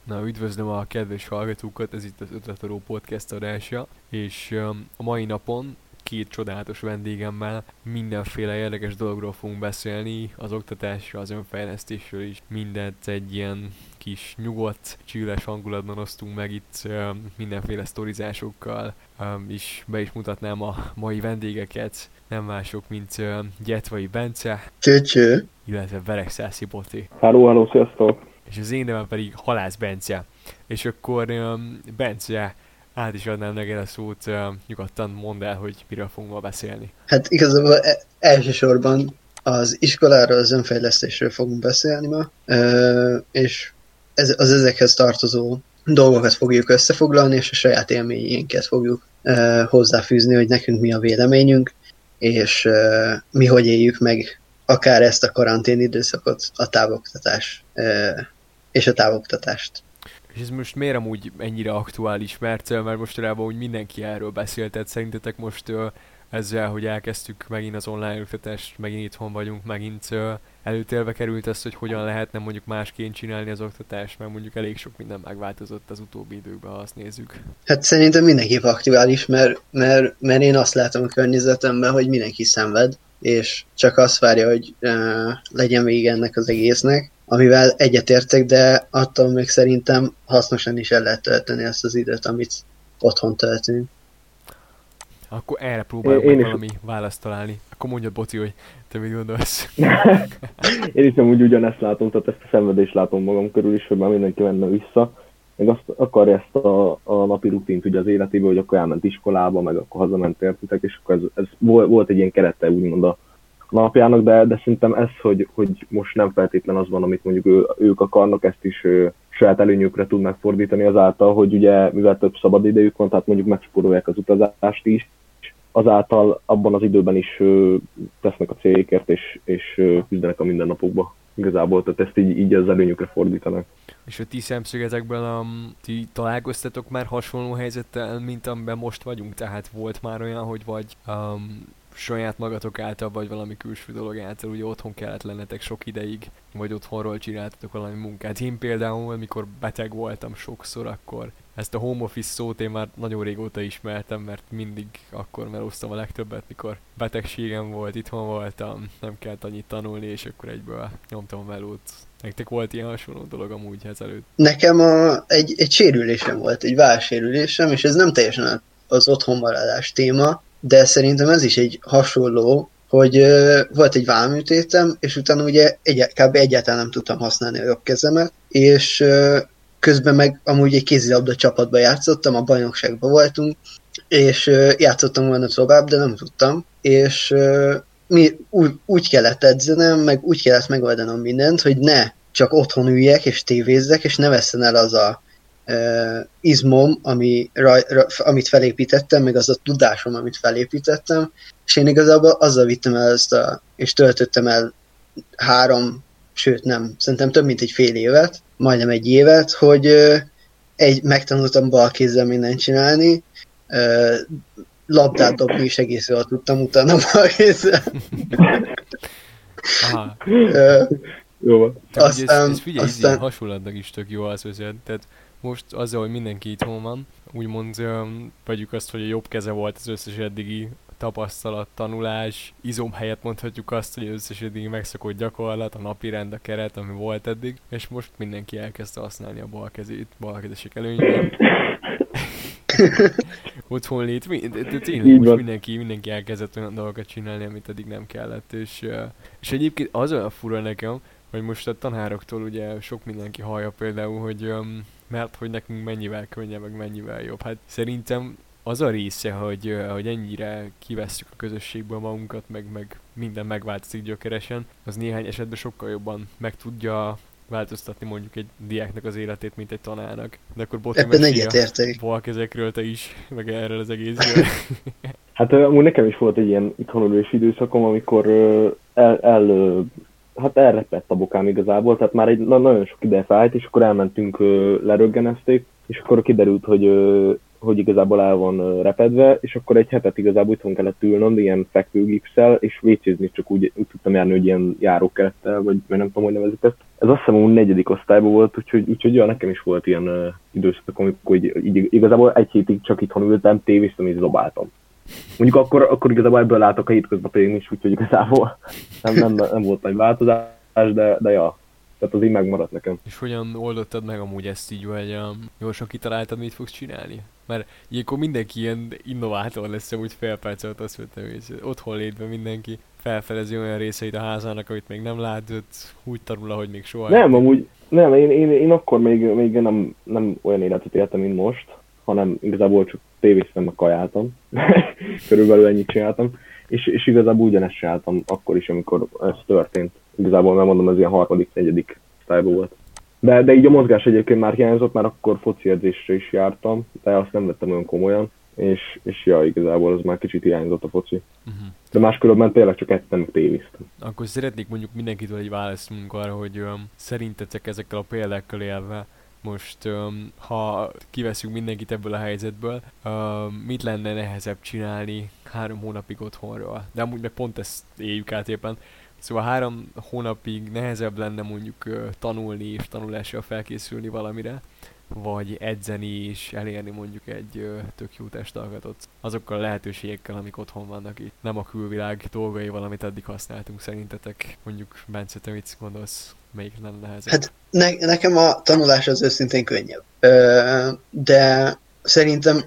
Na, üdvözlöm a kedves hallgatókat, ez itt az Ötletaró Podcast adása, és a mai napon két csodálatos vendégemmel mindenféle érdekes dologról fogunk beszélni, az oktatásról, az önfejlesztésről is. Mindent egy ilyen kis nyugodt, chilles hangulatban osztunk meg itt mindenféle sztorizásokkal, és be is mutatnám a mai vendégeket, nem mások, mint Gyetvai Bence, Cső. illetve Veregszászi Boti. Halló, sziasztok! És az én nevem pedig Halász Bence. És akkor Bence, át is adnám neked a szót, nyugodtan mondd el, hogy miről fogunk ma beszélni. Hát igazából elsősorban az iskoláról, az önfejlesztésről fogunk beszélni ma, és az ezekhez tartozó dolgokat fogjuk összefoglalni, és a saját élményeinket fogjuk hozzáfűzni, hogy nekünk mi a véleményünk, és mi hogy éljük meg akár ezt a karantén időszakot, a távoktatás és a távoktatást. És ez most miért amúgy ennyire aktuális, mert mostanában úgy mindenki erről beszélt, tehát szerintetek most ezzel, hogy elkezdtük megint az online oktatást, megint itthon vagyunk, megint előtérbe került az, hogy hogyan lehetne mondjuk másként csinálni az oktatást, mert mondjuk elég sok minden megváltozott az utóbbi időkben, ha azt nézzük. Hát szerintem mindenképp aktuális, mert én azt látom a környezetemben, hogy mindenki szenved, és csak azt várja, hogy legyen vége ennek az egésznek, amivel egyetértek, de attól még szerintem hasznosan is el lehet tölteni ezt az időt, amit otthon töltünk. Akkor erre próbálok meg valami választ találni. Akkor mondjad, Boti, hogy te mit gondolsz. Én is úgy ugyanezt látom, tehát ezt a szenvedést látom magam körül is, hogy már mindenki menne vissza. Meg azt akarja ezt a napi rutint ugye az életében, hogy akkor elment iskolába, meg akkor hazament értitek, és akkor ez volt egy ilyen kerete úgymond a napjának, de szerintem ez, hogy most nem feltétlen az van, amit mondjuk ők akarnak, ezt is saját előnyükre tudnak fordítani azáltal, hogy ugye mivel több szabad idejük van, tehát mondjuk megspórolják az utazást is, azáltal abban az időben is tesznek a céljaikért, és küzdenek a mindennapokba igazából, tehát ezt így az előnyükre fordítanak. És a ti szemszögetekből ti találkoztatok már hasonló helyzettel, mint amiben most vagyunk? Tehát volt már olyan, hogy vagy saját magatok által, vagy valami külső dolog által, ugye otthon kellett lennetek sok ideig, vagy otthonról csináltatok valami munkát. Én például, amikor beteg voltam sokszor, akkor ezt a home office szót én már nagyon régóta ismertem, mert mindig akkor melóztam a legtöbbet, mikor betegségem volt, itthon voltam, nem kellett annyit tanulni, és akkor egyből nyomtam a melót. Nektek volt ilyen hasonló dolog amúgy ezelőtt? Nekem egy sérülésem volt, egy vállsérülésem, és ez nem teljesen az otthonmaradás téma, de szerintem ez is egy hasonló, hogy volt egy vállműtétem, és utána ugye kb. Egyáltalán nem tudtam használni a jobb kezemet, és közben meg amúgy egy kézilabda csapatban játszottam, a bajnokságban voltunk, és játszottam volna tovább, de nem tudtam, és úgy kellett edzenem, meg úgy kellett megoldanom mindent, hogy ne csak otthon üljek és tévézzek, és ne vesszen el az a izmom, amit felépítettem, meg az a tudásom, amit felépítettem, és én igazából azzal vittem el és töltöttem el 3, sőt nem, szerintem több mint egy fél évet, majdnem egy évet, hogy megtanultam bal kézzel mindent csinálni, labdát dobni is egész jól tudtam utána bal kézzel. Aha. Jó. Ez figyelj, aztán hasonlatnak is tök jó az vezet, tehát most azzal, hogy mindenki itthon van, úgymond vegyük azt, hogy a jobb keze volt az összes eddigi tapasztalat, tanulás, izom helyett mondhatjuk azt, hogy az összes eddigi megszokott gyakorlat, a napirend, a keret, ami volt eddig, és most mindenki elkezdte használni a bal kezét, balkezesek előnyben. Otthon lét, tényleg most mindenki elkezdett olyan dolgokat csinálni, amit eddig nem kellett, és egyébként az olyan fura nekem, hogy most a tanároktól ugye sok mindenki hallja például, hogy mert hogy nekünk mennyivel könnyebb, meg mennyivel jobb. Hát szerintem az a része, hogy ennyire kivesszük a közösségből magunkat, meg minden megváltozik gyökeresen, az néhány esetben sokkal jobban meg tudja változtatni mondjuk egy diáknak az életét, mint egy tanárnak. De akkor Boti mesélj a balkezekről te is, meg erről az egészről. Hát amúgy nekem is volt egy ilyen itthonulős időszakom, amikor elrepett a bokám igazából, tehát már nagyon sok ideje fájt, és akkor elmentünk, leröggenezték, és akkor kiderült, hogy hogy igazából el van repedve, és akkor egy hetet igazából itthon kellett ülnöm, ilyen fekvőgipsszel, és WC-zni csak úgy tudtam járni, hogy ilyen járókerettel, vagy nem tudom, hogy nevezik ezt. Ez azt hiszem, hogy 4. osztályban volt, úgyhogy ja, nekem is volt ilyen időszak, amikor így igazából egy hétig csak itthon ültem, tévéztem és dobáltam. Mondjuk akkor igazából ebből látok a hétköznapjaim is, úgyhogy igazából nem volt nagy változás, de ja. Tehát az így megmaradt nekem. És hogyan oldottad meg amúgy ezt így, vagy gyorsan kitaláltad, mit fogsz csinálni? Mert ilyenkor mindenki ilyen innovátor lesz, úgy fél perc alatt azt vettem, hogy otthon létben mindenki felfedezi olyan részeit a házának, amit még nem látott, úgy tanul, ahogy még soha. Nem, amúgy, nem, én akkor még nem olyan életet éltem, mint most, hanem igazából csak tévéztem, meg kajáltam. Körülbelül ennyit csináltam. És igazából ugyanezt csináltam akkor is, amikor ez történt. Igazából nem mondom, ez ilyen 3.-4. osztályban volt. De így a mozgás egyébként már hiányzott, már akkor foci edzésre is jártam, de azt nem vettem olyan komolyan, és ja, igazából az már kicsit hiányzott a foci. De máskülönben tényleg csak ettem, tévéztem. Akkor szeretnék mondjuk mindenkitől egy választ arra, hogy szerintetek ezekkel a példákkal élve, most ha kiveszünk mindenkit ebből a helyzetből, mit lenne nehezebb csinálni 3 hónapig otthonról? De amúgy meg pont ezt éljük át éppen. Szóval 3 hónapig nehezebb lenne mondjuk tanulni és tanulással felkészülni valamire, vagy edzeni és elérni mondjuk egy tök jó testalkatot azokkal a lehetőségekkel, amik otthon vannak itt. Nem a külvilág dolgaival, amit eddig használtunk szerintetek. Mondjuk, Bence, te mit gondolsz? Melyik nem nehezebb? Hát nekem a tanulás az őszintén könnyebb. De szerintem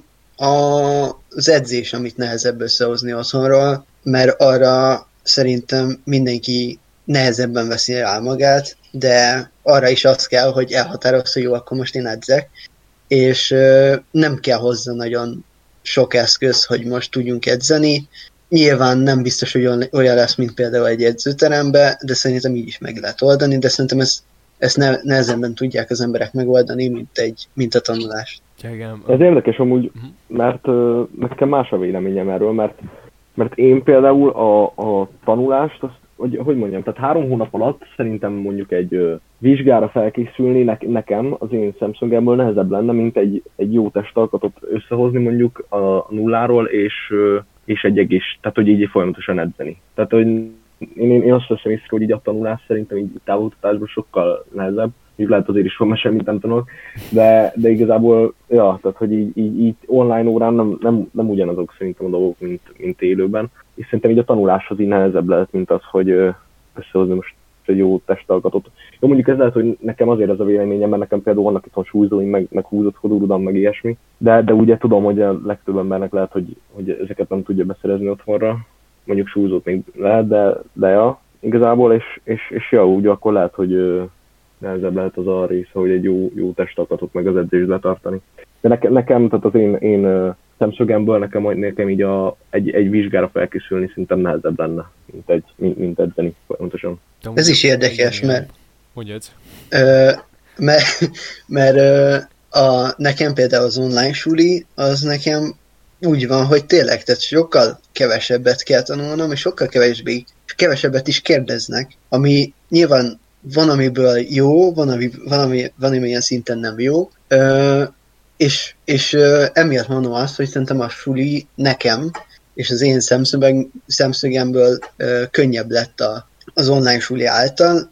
az edzés, amit nehezebb összehozni otthonról, mert arra szerintem mindenki nehezebben veszi rá magát, de arra is az kell, hogy elhatározza, hogy jó, akkor most én edzek, és nem kell hozzá nagyon sok eszköz, hogy most tudjunk edzeni. Nyilván nem biztos, hogy olyan lesz, mint például egy edzőteremben, de szerintem így is meg lehet oldani, de szerintem ezt nehezebben tudják az emberek megoldani, mint a tanulást. Ez érdekes amúgy, mert nekem más a véleményem erről, mert én például a tanulást, azt, hogy mondjam, tehát 3 hónap alatt szerintem mondjuk egy vizsgára felkészülni nekem az én szemszögemből nehezebb lenne, mint egy jó testalkatot összehozni mondjuk a nulláról, és egy egész, tehát hogy így folyamatosan edzeni. Tehát hogy én azt veszem észre, hogy így a tanulás szerintem így távolkutatásban sokkal nehezebb. Így lehet azért is van semmit nem tanulok, de igazából, ja, tehát hogy így online órán nem ugyanazok szerintem a dolgok, mint élőben. És szerintem így a tanuláshoz így nehezebb lehet, mint az, hogy összehozni most egy jó testalkatot. Jó, mondjuk ez lehet, hogy nekem azért az a véleményem, mert nekem például vannak itthon súlyzóim, meg húzott fodorudam, meg ilyesmi. De ugye tudom, hogy a legtöbb embernek lehet, hogy ezeket nem tudja beszerezni otthonra. Mondjuk súlyzót még lehet, de ja, igazából, és ja, úgy akkor lehet, hogy nehezebb lehet az a része, hogy egy jó testalkatot meg az edzést betartani. De nekem tehát az én szemszögemből nekem így egy vizsgára felkészülni szerintem nehezebb lenne, mint edzeni folyamatosan. Ez is érdekes, mert... Mondjad. Mert nekem például az online suli, az nekem úgy van, hogy tényleg, tehát sokkal kevesebbet kell tanulnom, és sokkal kevesebbet is kérdeznek, ami nyilván van, amiből jó, van, amilyen szinten nem jó, és emiatt mondom azt, hogy szerintem a suli nekem, és az én szemszögemből könnyebb lett az online suli által,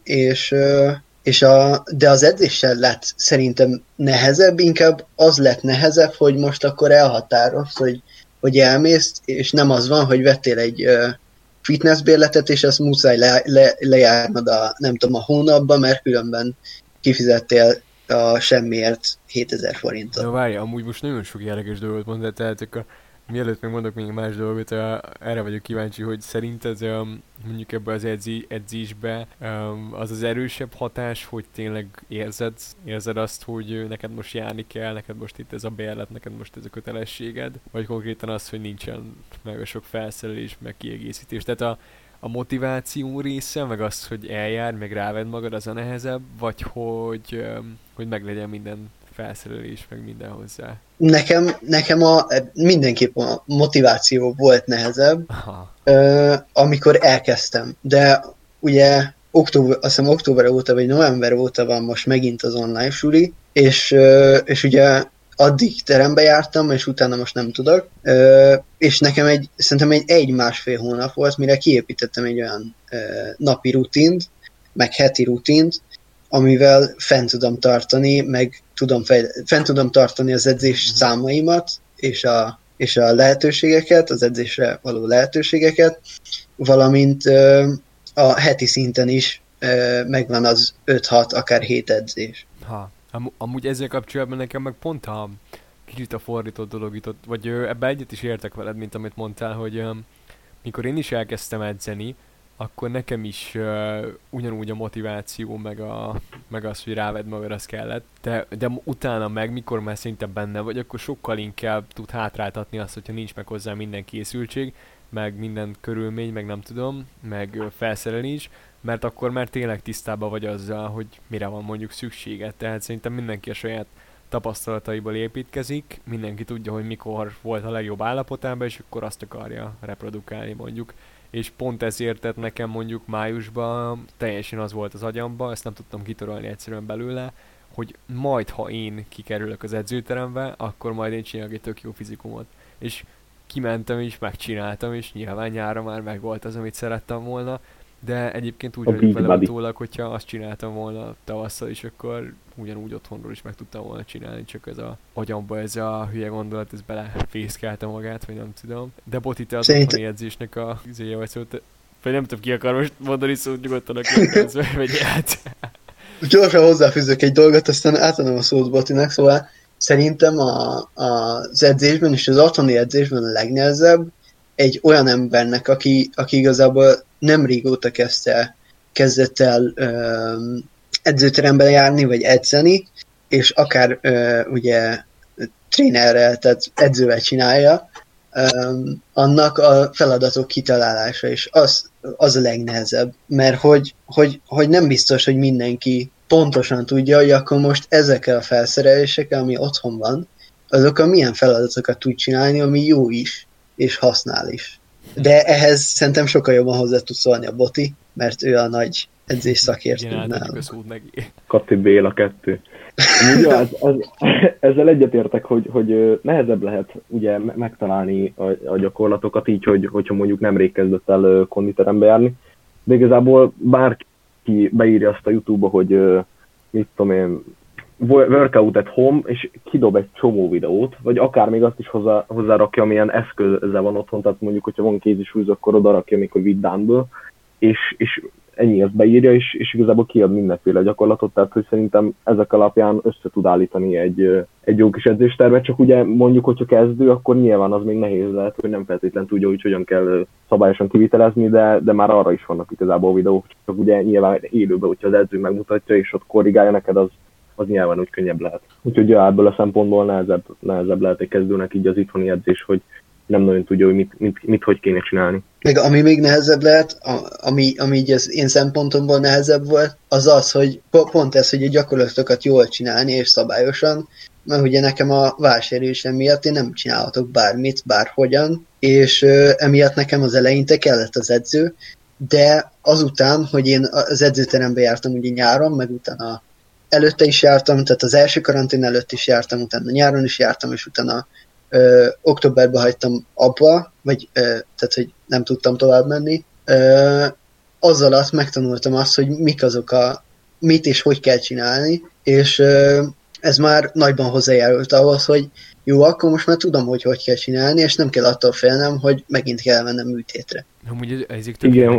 de az edzéssel lett szerintem nehezebb, inkább az lett nehezebb, hogy most akkor elhatározz, hogy elmész, és nem az van, hogy vettél egy fitnessbérletet, és azt muszáj lejárnod a hónapban, mert különben kifizettél a semmiért 7000 forintot. Na várj, amúgy most nagyon sok érdekes dolgot mondtál, tehát akkor mielőtt még mondok még más dolgot, erre vagyok kíváncsi, hogy szerinted mondjuk ebbe az edzésbe az erősebb hatás, hogy tényleg érzed azt, hogy neked most járni kell, neked most itt ez a bérlet, neked most ez a kötelességed, vagy konkrétan az, hogy nincsen meg a sok felszerelés, meg kiegészítés. Tehát a motiváció része, meg az, hogy eljár, meg ráved magad, az a nehezebb, vagy hogy meglegyen minden felszerelés, meg minden hozzá. Nekem mindenképp a motiváció volt nehezebb, amikor elkezdtem. De ugye azt hiszem október óta, vagy november óta van most megint az online suli, és ugye addig terembe jártam, és utána most nem tudok, és nekem szerintem egy másfél hónap volt, mire kiépítettem egy olyan napi rutint, meg heti rutint, amivel fent tudom tartani, meg fent tudom tartani az edzés számaimat, és a lehetőségeket, az edzésre való lehetőségeket, valamint a heti szinten is megvan az 5-6, akár 7 edzés. Amúgy ezzel kapcsolatban nekem meg pont kicsit a fordított dolog jutott, vagy ebben egyet is értek veled, mint amit mondtál, hogy mikor én is elkezdtem edzeni, akkor nekem is ugyanúgy a motiváció, meg az, hogy rávedd magad, az kellett. De utána meg, mikor már szinte benne vagy, akkor sokkal inkább tud hátráltatni azt, hogyha nincs meg hozzá minden készültség, meg minden körülmény, meg nem tudom, meg felszerelés, mert akkor már tényleg tisztában vagy azzal, hogy mire van mondjuk szüksége. Tehát szerintem mindenki a saját tapasztalataiból építkezik, mindenki tudja, hogy mikor volt a legjobb állapotában, és akkor azt akarja reprodukálni mondjuk. És pont ezért tett nekem mondjuk májusban teljesen az volt az agyamba, ezt nem tudtam kitörölni egyszerűen belőle, hogy majd ha én kikerülök az edzőterembe, akkor majd én csinálok egy tök jó fizikumot. És kimentem és megcsináltam, és nyilván nyára már megvolt az, amit szerettem volna, de egyébként úgy vagyok vele utólag, hogyha azt csináltam volna tavasszal is, akkor ugyanúgy otthonról is meg tudtam volna csinálni, csak ez a agyamba ez a hülye gondolat, ez belefészkelte magát, vagy nem tudom. De Boti, te az otthoni edzésnek a izéje vagy szót, vagy nem tudom, ki akar most mondani szót, nyugodtan a következő, vagy át. Gyorsan hozzáfűzök egy dolgot, aztán átadom a szót Botinak, szóval szerintem az edzésben és az otthoni edzésben a legnehezebb egy olyan embernek, aki igazából nem régóta kezdett el edzőteremben járni, vagy edzeni, és akár ugye trénerrel, tehát edzővel csinálja, annak a feladatok kitalálása, és az a legnehezebb, mert hogy nem biztos, hogy mindenki pontosan tudja, hogy akkor most ezekkel a felszerelésekkel, ami otthon van, azokkal milyen feladatokat tud csinálni, ami jó is, és használ is. De ehhez szerintem sokkal jobban hozzá tud szólni a Boti, mert ő a nagy edzés szakértő nálam. Kati Béla 2. Ugye, ezzel egyetértek, hogy nehezebb lehet ugye megtalálni a gyakorlatokat így, hogyha mondjuk nemrég kezdett el konditerembe járni. De igazából bárki beírja azt a YouTube-ba, hogy mit tudom én, workout at home, és kidob egy csomó videót, vagy akár még azt is hozzárakja, amilyen eszköze van otthon, tehát mondjuk, hogyha van kézisúlyzó, akkor oda rakja, amikor vidd dumbbell, és ennyi, azt beírja, és igazából kiad mindenféle gyakorlatot, tehát hogy szerintem ezek alapján össze tud állítani egy jó kis edzéstervet, csak ugye mondjuk, hogyha kezdő, akkor nyilván az még nehéz lehet, hogy nem feltétlenül tudja, hogy hogyan kell szabályosan kivitelezni, de már arra is vannak igazából videók, csak ugye nyilván élőben, hogyha az edző megmutatja, és ott korrigálja neked, az nyilván úgy könnyebb lehet. Úgyhogy ebből a szempontból nehezebb lehet egy kezdőnek így az itthoni edzés, hogy nem nagyon tudja, hogy mit hogy kéne csinálni. Meg ami még nehezebb lehet, ami így az én szempontomból nehezebb volt, az, hogy pont ez, hogy a gyakorlatokat jól csinálni és szabályosan, mert ugye nekem a válsérülésem miatt én nem csinálhatok bármit, bárhogyan, és emiatt nekem az eleinte kellett az edző, de azután, hogy én az edzőterembe jártam ugye nyáron, meg utána előtte is jártam, tehát az első karantén előtt is jártam, utána nyáron is jártam, és utána októberben hagytam abba, vagy tehát, hogy nem tudtam tovább menni. Az alatt megtanultam azt, hogy mik azok mit és hogy kell csinálni, és ez már nagyban hozzájárult ahhoz, hogy jó, akkor most már tudom, hogy kell csinálni, és nem kell attól félnem, hogy megint kell mennem műtétre. Amúgy ezek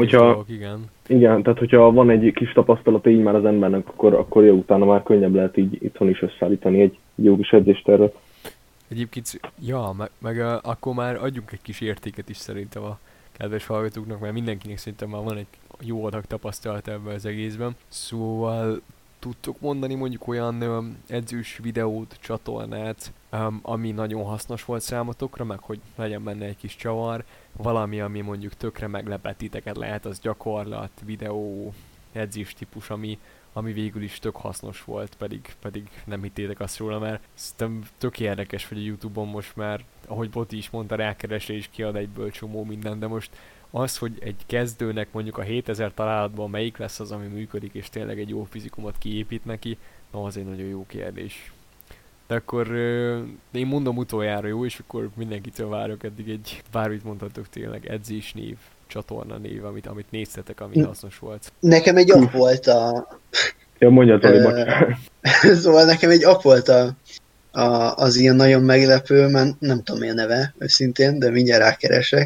igen, tehát hogyha van egy kis tapasztalata így már az embernek, akkor jó, utána már könnyebb lehet így itthon is összeállítani egy jó kis edzéstervet. Egyébként, meg akkor már adjunk egy kis értéket is szerintem a kedves hallgatóknak, mert mindenkinek szerintem már van egy jó adag tapasztalat ebben az egészben. Szóval tudtok mondani mondjuk olyan edzős videót, csatornát, ami nagyon hasznos volt számotokra, meg hogy legyen benne egy kis csavar, valami, ami mondjuk tökre meglepett titeket, lehet az gyakorlat, videó, edzés típus, ami végül is tök hasznos volt, pedig nem hittétek azt róla, mert szerintem tök érdekes, hogy a YouTube-on most már, ahogy Boti is mondta, rákeresre is kiad egyből csomó minden, de most az, hogy egy kezdőnek mondjuk a 7000 találatban melyik lesz az, ami működik, és tényleg egy jó fizikumot kiépít neki, az egy nagyon jó kérdés. De akkor én mondom utoljára, jó, és akkor mindenkitől várok eddig bármit mondhatok tényleg, edzésnév, csatorna név, amit néztetek, ami hasznos volt. Nekem egy app volt Ja, mondjad, Tali, szóval nekem egy app volt az ilyen nagyon meglepő, mert nem tudom mi a neve, őszintén, de mindjárt rákeresek.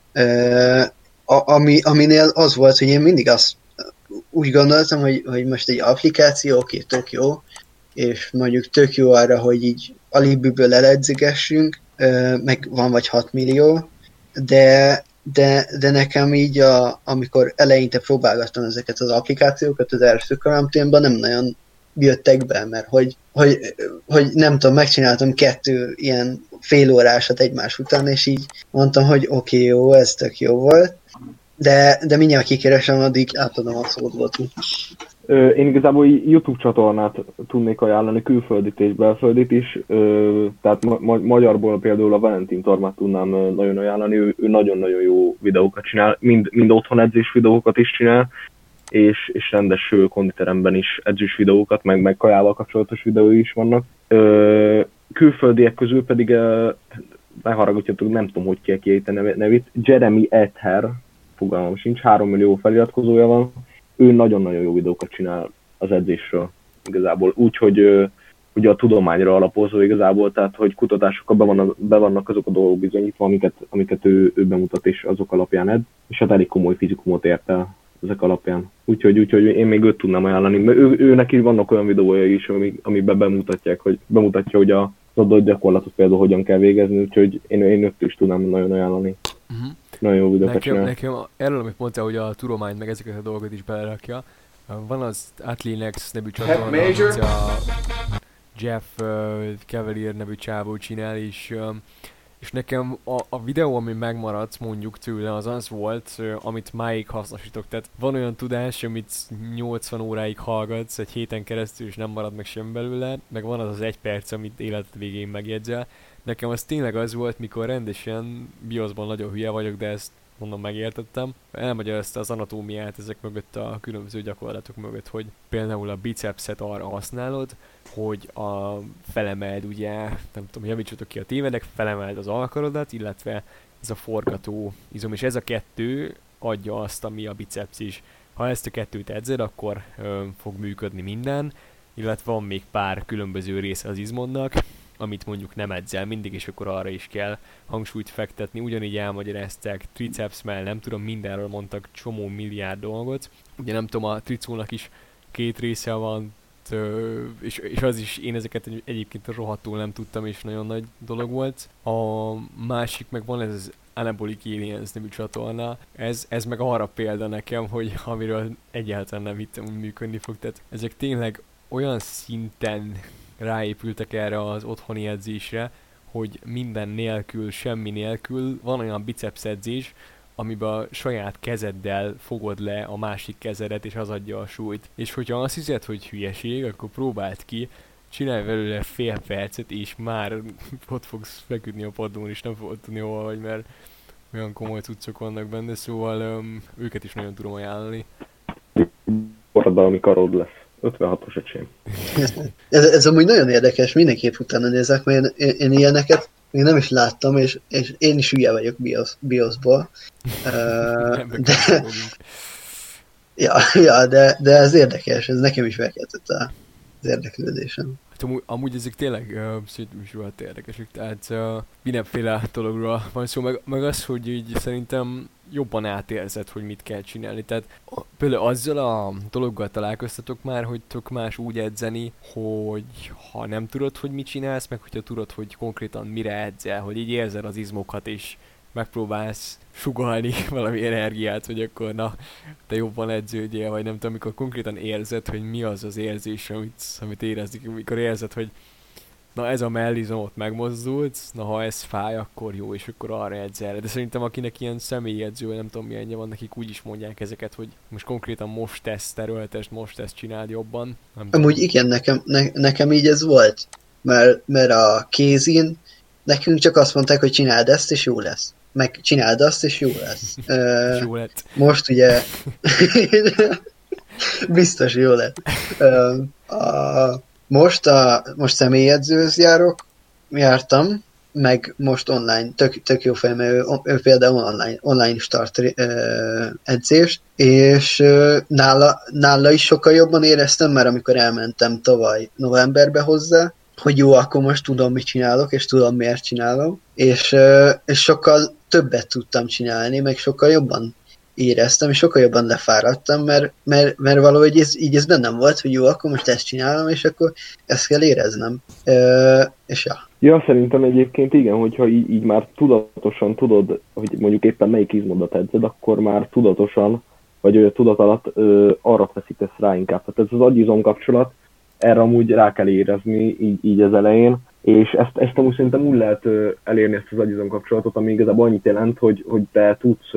Aminél az volt, hogy én mindig azt úgy gondoltam, hogy most egy applikáció, oké, tök jó, és mondjuk tök jó arra, hogy így alibiből eledzigessünk, meg van vagy 6 millió, de nekem így, amikor eleinte próbálgattam ezeket az applikációkat az első karanténban, nem nagyon jöttek be, mert hogy nem tudom, megcsináltam 2 ilyen félórásat egymás után, és így mondtam, hogy oké, jó, ez tök jó volt, de mindjárt kikeresem, addig átadom a szót volt. Én igazából YouTube csatornát tudnék ajánlani, külföldit és belföldit is, tehát magyarból például a Valentin Tormát tudnám nagyon ajánlani, ő nagyon-nagyon jó videókat csinál, mind otthon edzés videókat is csinál, és rendes konditeremben is edzős videókat, meg kajával kapcsolatos videói is vannak. Külföldiek közül pedig, ne haragudjatok, nem tudom, hogy kell kiejteni nevét, Jeremy Ether, fogalmam sincs, 3 millió feliratkozója van, ő nagyon-nagyon jó videókat csinál az edzésről igazából, úgyhogy ugye a tudományra alapozó igazából, tehát hogy kutatásokkal be vannak azok a dolgok bizonyítva, amiket ő bemutat, és azok alapján edz, és hát elég komoly fizikumot ért el ezek alapján. Úgyhogy én még őt tudnám ajánlani. Ő neki vannak olyan videója is, amiben bemutatja, hogy az adott gyakorlatot például hogyan kell végezni, úgyhogy én őt is tudnám nagyon ajánlani. Uh-huh. Nagyon jó videókat csinál. Nekem erről, amit mondtál, hogy a tudomány meg ezeket a dolgokat is belerakja, van az Atlinex nevű csatorna, amit a Jeff Cavalier nevű csávó csinál, és nekem a videó, ami megmaradt mondjuk tőle, az volt, amit máig hasznosítok. Tehát van olyan tudás, amit 80 óráig hallgatsz egy héten keresztül, és nem marad meg sem belőle, meg van az 1 perc, amit életed végén megjegyzel. Nekem az tényleg az volt, mikor rendesen BIOS-ban nagyon hülye vagyok, de ezt mondom megértettem. Elmagyarázta az anatómiát ezek mögött a különböző gyakorlatok mögött, hogy például a bicepset arra használod, hogy felemeld ugye, nem tudom, javítsatok ki a tévedek, felemeld az alkarodat, illetve ez a forgató izom, és ez a 2 adja azt, ami a biceps is. Ha ezt a 2-t edzed, akkor fog működni minden, illetve van még pár különböző része az izmodnak, amit mondjuk nem edzel mindig, és akkor arra is kell hangsúlyt fektetni. Ugyanígy elmagyarázták triceps mellett, nem tudom, mindenről mondtak csomó milliárd dolgot. Ugye nem tudom, a tricónak is 2 része van, és az is, én ezeket egyébként rohadtul nem tudtam, és nagyon nagy dolog volt. A másik meg van ez az Anabolic Aliens nevű csatorna. Ez meg arra példa nekem, hogy amiről egyáltalán nem hittem, hogy működni fog. Tehát ezek tényleg olyan szinten ráépültek erre az otthoni edzésre, hogy minden nélkül, semmi nélkül van olyan biceps edzés, amiben a saját kezeddel fogod le a másik kezedet, és az adja a súlyt. És hogyha azt hiszed, hogy hülyeség, akkor próbáld ki, csinálj belőle fél percet, és már ott fogsz feküdni a padlón, és nem fogod tudni hol vagy, mert olyan komoly cuccok vannak benne, szóval őket is nagyon tudom ajánlani. Forradalmi karod lesz. 56-os öcsém. Ez amúgy nagyon érdekes, mindenképp utána nézek, mert én ilyeneket még nem is láttam, és én is hülye vagyok BIOS-ból. De ez érdekes, ez nekem is felkeltett az érdeklődésem. Amúgy ezek tényleg szerintem is rohadt érdekesek, tehát mindenféle dologról van szó, meg az, hogy így szerintem jobban átérzed, hogy mit kell csinálni. Tehát például azzal a dologgal találkoztatok már, hogy tök más úgy edzeni, hogy ha nem tudod, hogy mit csinálsz, meg hogyha tudod, hogy konkrétan mire edzel, hogy így érzed az izmokat, és megpróbálsz sugallni valami energiát, hogy akkor na, te jobban edződjél, vagy nem tudom, amikor konkrétan érzed, hogy mi az az érzés, amit érezni, amikor érzed, hogy na ez a mellizomot megmozdult, na ha ez fáj, akkor jó, és akkor arra edzel. De szerintem akinek ilyen személyi edző, vagy nem tudom milyenje van, nekik úgy is mondják ezeket, hogy most konkrétan most tesz, terültest, most ezt csináld jobban. Amúgy igen, nekem így ez volt, mert a kézin nekünk csak azt mondták, hogy csináld ezt, és jó lesz. Meg csináld azt, és jó lesz. Jó lett. Most ugye biztos jó lett. Most személyedzőhöz jártam, meg most online, tök jó fej, mert ő például online start edzés, és nála is sokkal jobban éreztem, mert amikor elmentem tavaly novemberbe hozzá, hogy jó, akkor most tudom, mit csinálok, és tudom, miért csinálom, és sokkal többet tudtam csinálni, meg sokkal jobban éreztem, és sokkal jobban lefáradtam, mert valahogy ez bennem volt, hogy jó, akkor most ezt csinálom, és akkor ezt kell éreznem. És ja. Ja, szerintem egyébként igen, hogyha így már tudatosan tudod, hogy mondjuk éppen melyik izmodat edzed, akkor már tudatosan, vagy tudat alatt arra feszítesz rá inkább. Tehát ez az agy-izom kapcsolat, erre amúgy rá kell érezni így az elején, és ezt amúgy szerintem úgy lehet elérni, ezt az agy-izom kapcsolatot, ami igazából annyit jelent, hogy te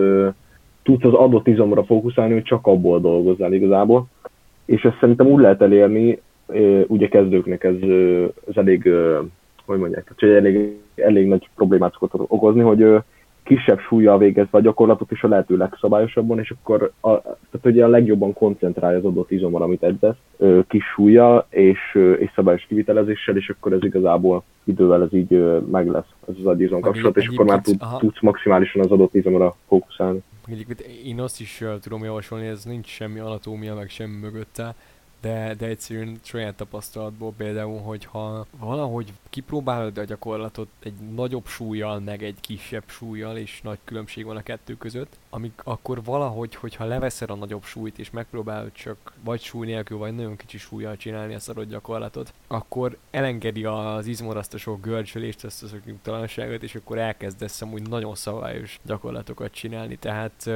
tudsz az adott izomra fókuszálni, hogy csak abból dolgozzál igazából. És ezt szerintem úgy lehet elérni, ugye kezdőknek ez elég, hogy mondják, tehát elég nagy problémát szokott okozni, hogy kisebb súllyal végezve a gyakorlatot és a lehető legszabályosabban, és akkor tehát ugye a legjobban koncentrálja az adott izomra, amit edzesz, kis súllyal és szabályos kivitelezéssel, és akkor ez igazából idővel ez így meg lesz, ez az agy-izom kapcsolat, és akkor már tudsz maximálisan az adott izomra fókuszálni. Egyébként én azt is tudom javasolni, ez nincs semmi anatómia, meg semmi mögötte, de egyszerűen saját tapasztalatból például, hogyha valahogy kipróbálod a gyakorlatot egy nagyobb súlyjal, meg egy kisebb súlyjal, és nagy különbség van a kettő között, akkor valahogy, hogyha leveszed a nagyobb súlyt, és megpróbálod csak vagy súly nélkül, vagy nagyon kicsi súlyjal csinálni ezt adott gyakorlatot, akkor elengedi az izmod azt a sok görcsölést, azt a sok nyugtalanságot, és akkor elkezdesz amúgy nagyon szabályos gyakorlatokat csinálni, tehát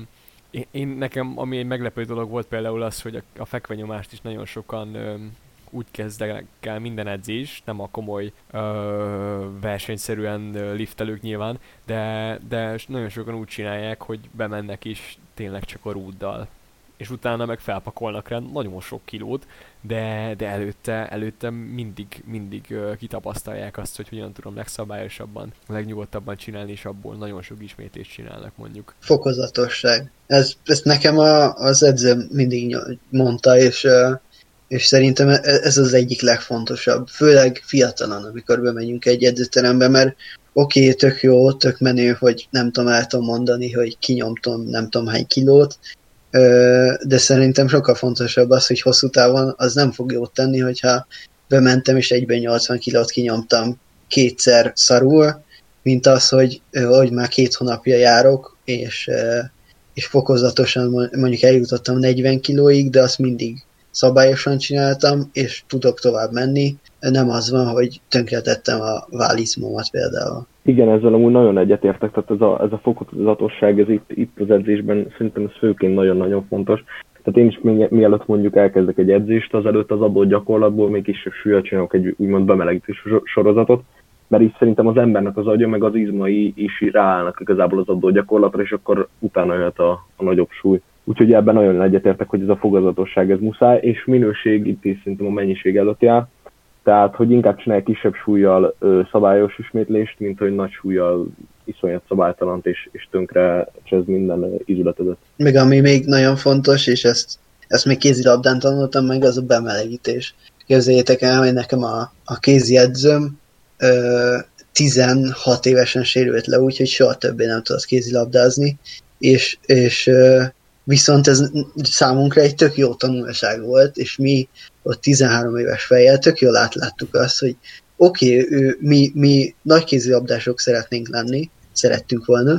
én nekem, ami egy meglepő dolog volt például az, hogy a fekvenyomást is nagyon sokan úgy kezdek el minden edzés, nem a komoly versenyszerűen liftelők nyilván, de nagyon sokan úgy csinálják, hogy bemennek is tényleg csak a rúddal. És utána meg felpakolnak rá nagyon sok kilót, de előtte mindig kitapasztalják azt, hogy hogyan tudom legszabályosabban, legnyugodtabban csinálni, és abból nagyon sok ismétlést csinálnak mondjuk. Fokozatosság. Ezt nekem az edző mindig mondta, és szerintem ez az egyik legfontosabb, főleg fiatalon, amikor bemegyünk egy edzőterembe, mert oké, tök jó, tök menő, hogy nem tudom, el tudom mondani, hogy kinyomtam nem tudom hány kilót, de szerintem sokkal fontosabb az, hogy hosszú távon az nem fog jót tenni, hogyha bementem és egyben 80 kilót kinyomtam kétszer szarul, mint az, hogy már 2 hónapja járok, és fokozatosan mondjuk eljutottam 40 kilóig, de azt mindig szabályosan csináltam, és tudok tovább menni. Nem az van, hogy tönkretettem a vállizmomat például. Igen, ezzel amúgy nagyon egyetértek, tehát ez a fokozatosság, ez itt az edzésben szerintem ez főként nagyon-nagyon fontos. Tehát én is mielőtt mondjuk elkezdek egy edzést, azelőtt az adott gyakorlatból még kisebb súlyjal csinálok egy úgymond bemelegítő sorozatot, mert így szerintem az embernek az agya meg az izmai is ráállnak igazából az adott gyakorlatra, és akkor utána jöhet a nagyobb súly. Úgyhogy ebben nagyon egyetértek, hogy ez a fokozatosság ez muszáj, és minőség itt is szerintem a mennyiség előtt jár. Tehát, hogy inkább csinálj kisebb súllyal szabályos ismétlést, mint hogy nagy súllyal iszonyat szabálytalant, és tönkre csesz minden izületedet. Meg ami még nagyon fontos, és ezt még kézilabdán tanultam meg, az a bemelegítés. Képzeljétek el, hogy nekem a kézi edzőm 16 évesen sérült le, úgyhogy soha többé nem tudott kézilabdázni, és viszont ez számunkra egy tök jó tanulság volt, és mi ott 13 éves fejjel tök jól átláttuk azt, hogy oké, mi nagy kézilabdások szerettünk volna,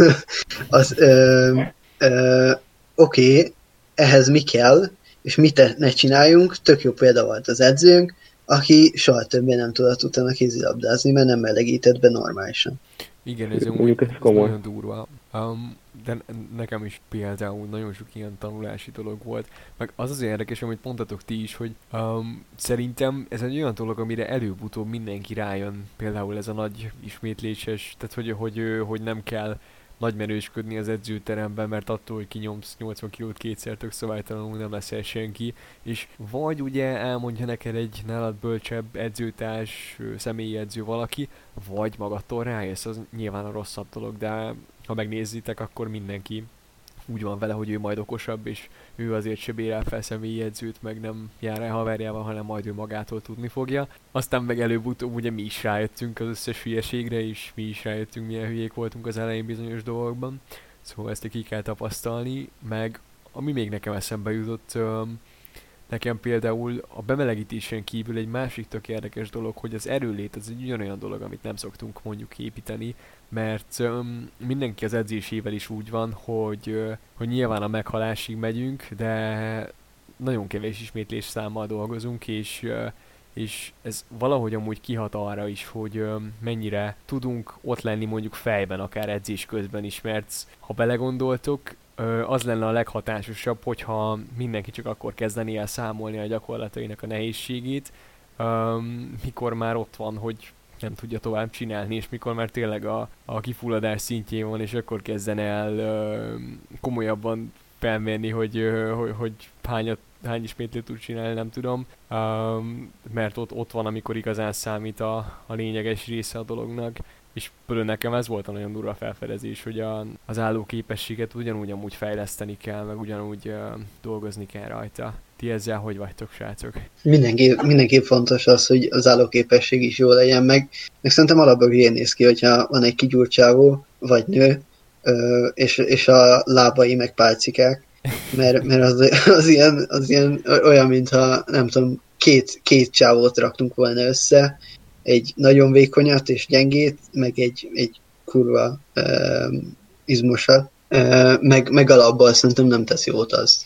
oké, ehhez mi kell, és mit ne csináljunk, tök jó példa volt az edzőnk, aki soha többé nem tudott utána kézilabdázni, mert nem melegített be normálisan. Igen, ez nagyon durva. De nekem is például nagyon sok ilyen tanulási dolog volt. Meg az érdekes, amit mondtatok ti is, hogy szerintem ez egy olyan dolog, amire előbb-utóbb mindenki rájön. Például ez a nagy ismétléses, tehát hogy nem kell nagymenősködni az edzőteremben, mert attól, hogy kinyomsz 80 kilót kétszer tök szabálytalanul nem leszel senki, és vagy ugye elmondja neked egy nálad bölcsebb edzőtárs, személyi edző valaki, vagy magadtól rájössz, az nyilván a rosszabb dolog, de ha megnézitek, akkor mindenki úgy van vele, hogy ő majd okosabb, és ő azért se bérel fel személyi edzőt, meg nem jár el haverjával, hanem majd ő magától tudni fogja. Aztán meg előbb-utóbb ugye mi is rájöttünk az összes hülyeségre, és mi is rájöttünk, milyen hülyék voltunk az elején bizonyos dolgokban. Szóval ezt ki kell tapasztalni, meg ami még nekem eszembe jutott, nekem például a bemelegítésen kívül egy másik tök érdekes dolog, hogy az erőlét az egy ugyanolyan dolog, amit nem szoktunk mondjuk építeni, mert mindenki az edzésével is úgy van, hogy nyilván a meghalásig megyünk, de nagyon kevés ismétlés számmal dolgozunk, és ez valahogy amúgy kihat arra is, hogy mennyire tudunk ott lenni mondjuk fejben, akár edzés közben is, mert ha belegondoltok, az lenne a leghatásosabb, hogyha mindenki csak akkor kezdeni el számolni a gyakorlatainak a nehézségét, mikor már ott van, hogy nem tudja tovább csinálni, és mikor már tényleg a kifulladás szintjén van, és akkor kezden el komolyabban felmérni, hogy hány ismétlőt tud csinálni, nem tudom, mert ott van, amikor igazán számít a lényeges része a dolognak, és például nekem ez volt a nagyon durva felfedezés, hogy az állóképességet ugyanúgy amúgy fejleszteni kell, meg ugyanúgy dolgozni kell rajta. Ti ezzel hogy vagytok, srácok? Mindenképp fontos az, hogy az állóképesség is jó legyen, meg szerintem alapban hülyén néz ki, hogyha van egy kigyúrt csávó, vagy nő, és a lábai meg pálcikák, mert az ilyen olyan, mintha nem tudom, két csávót raktunk volna össze, egy nagyon vékonyat és gyengét, meg egy kurva izmosat, meg alapból szerintem nem tesz jót az.